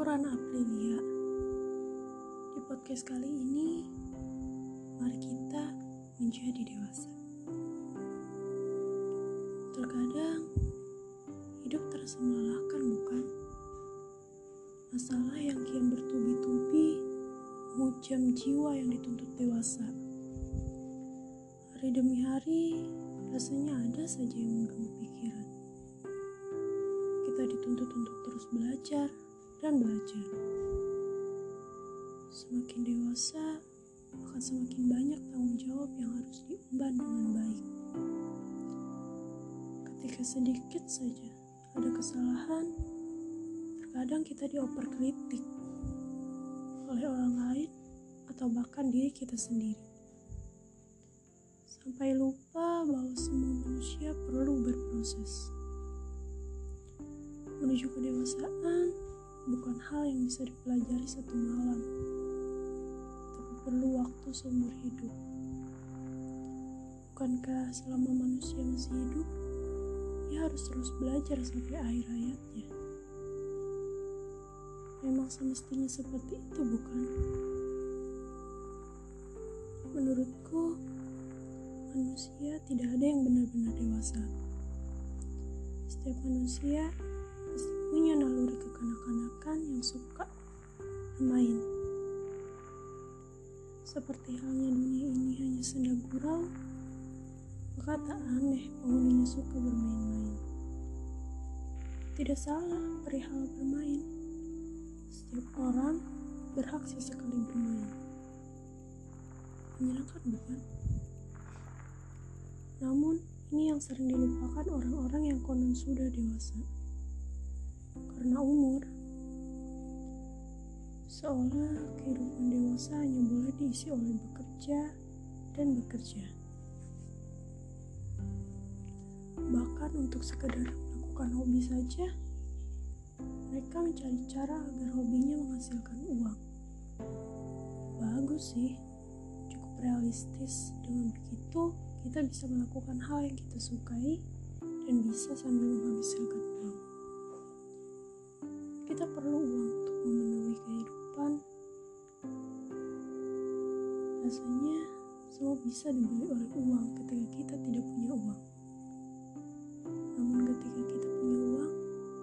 Rana Aprilia. Di podcast kali ini, mari kita menjadi dewasa. Terkadang, hidup terasa melelahkan, bukan? Masalah yang kian bertubi-tubi menghujam jiwa yang dituntut dewasa. Hari demi hari, rasanya ada saja yang mengganggu pikiran. Kita dituntut untuk terus belajar dan belajar. Semakin dewasa, akan semakin banyak tanggung jawab yang harus diemban dengan baik. Ketika sedikit saja ada kesalahan, terkadang kita dioper kritik oleh orang lain atau bahkan diri kita sendiri. Sampai lupa bahwa semua manusia perlu berproses. Menuju kedewasaan bukan hal yang bisa dipelajari satu malam, tapi perlu waktu seumur hidup. Bukankah selama manusia masih hidup, ia harus terus belajar sampai akhir hayatnya? Memang semestinya seperti itu, bukan? Menurutku, manusia tidak ada yang benar-benar dewasa. Setiap manusia pasti punya naluri kekanak-kanakan yang suka bermain. Seperti halnya dunia ini hanya senda gurau, maka tak aneh penghuninya suka bermain-main. Tidak salah perihal bermain. Setiap orang berhak sesekali bermain. Menyenangkan, bukan? Namun, ini yang sering dilupakan orang-orang yang konon sudah dewasa. Karena umur, seolah kehidupan dewasa hanya boleh diisi oleh bekerja dan bekerja. Bahkan untuk sekedar melakukan hobi saja, mereka mencari cara agar hobinya menghasilkan uang. Bagus sih, cukup realistis. Dengan begitu, kita bisa melakukan hal yang kita sukai dan bisa sambil menghasilkan uang. Kita perlu uang untuk memenuhi kehidupan. Rasanya semua bisa dibeli oleh uang ketika kita tidak punya uang. Namun ketika kita punya uang,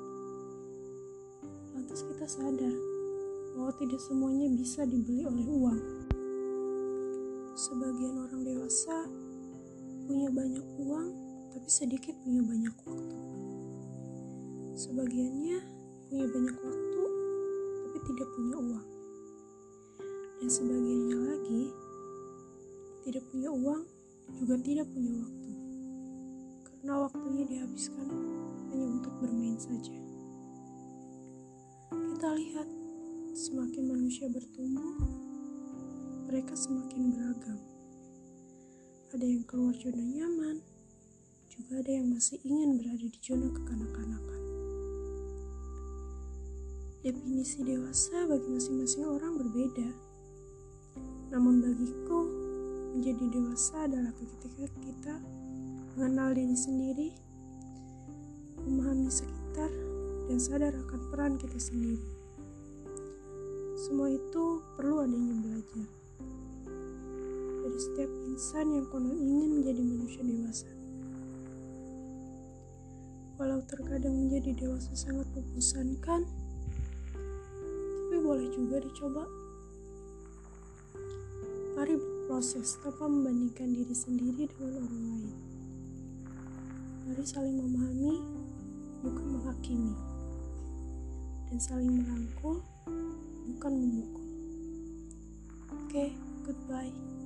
lantas kita sadar bahwa tidak semuanya bisa dibeli oleh uang. Sebagian orang dewasa punya banyak uang, tapi sedikit punya banyak waktu. Sebagiannya punya banyak waktu, tapi tidak punya uang. Dan sebagiannya lagi tidak punya uang, juga tidak punya waktu. Karena waktunya dihabiskan hanya untuk bermain saja. Kita lihat, semakin manusia bertumbuh, mereka semakin beragam. Ada yang keluar zona nyaman, juga ada yang masih ingin berada di zona kekanak-kanakan. Definisi dewasa bagi masing-masing orang berbeda. Namun bagiku, menjadi dewasa adalah ketika kita mengenal diri sendiri, memahami sekitar, dan sadar akan peran kita sendiri. Semua itu perlu adanya belajar dari setiap insan yang konon ingin menjadi manusia dewasa. Walau terkadang menjadi dewasa sangat membosankan, tapi boleh juga dicoba. Mari berproses tanpa membandingkan diri sendiri dengan orang lain. Mari saling memahami, bukan menghakimi. Dan saling merangkul, bukan memukul. Oke, goodbye.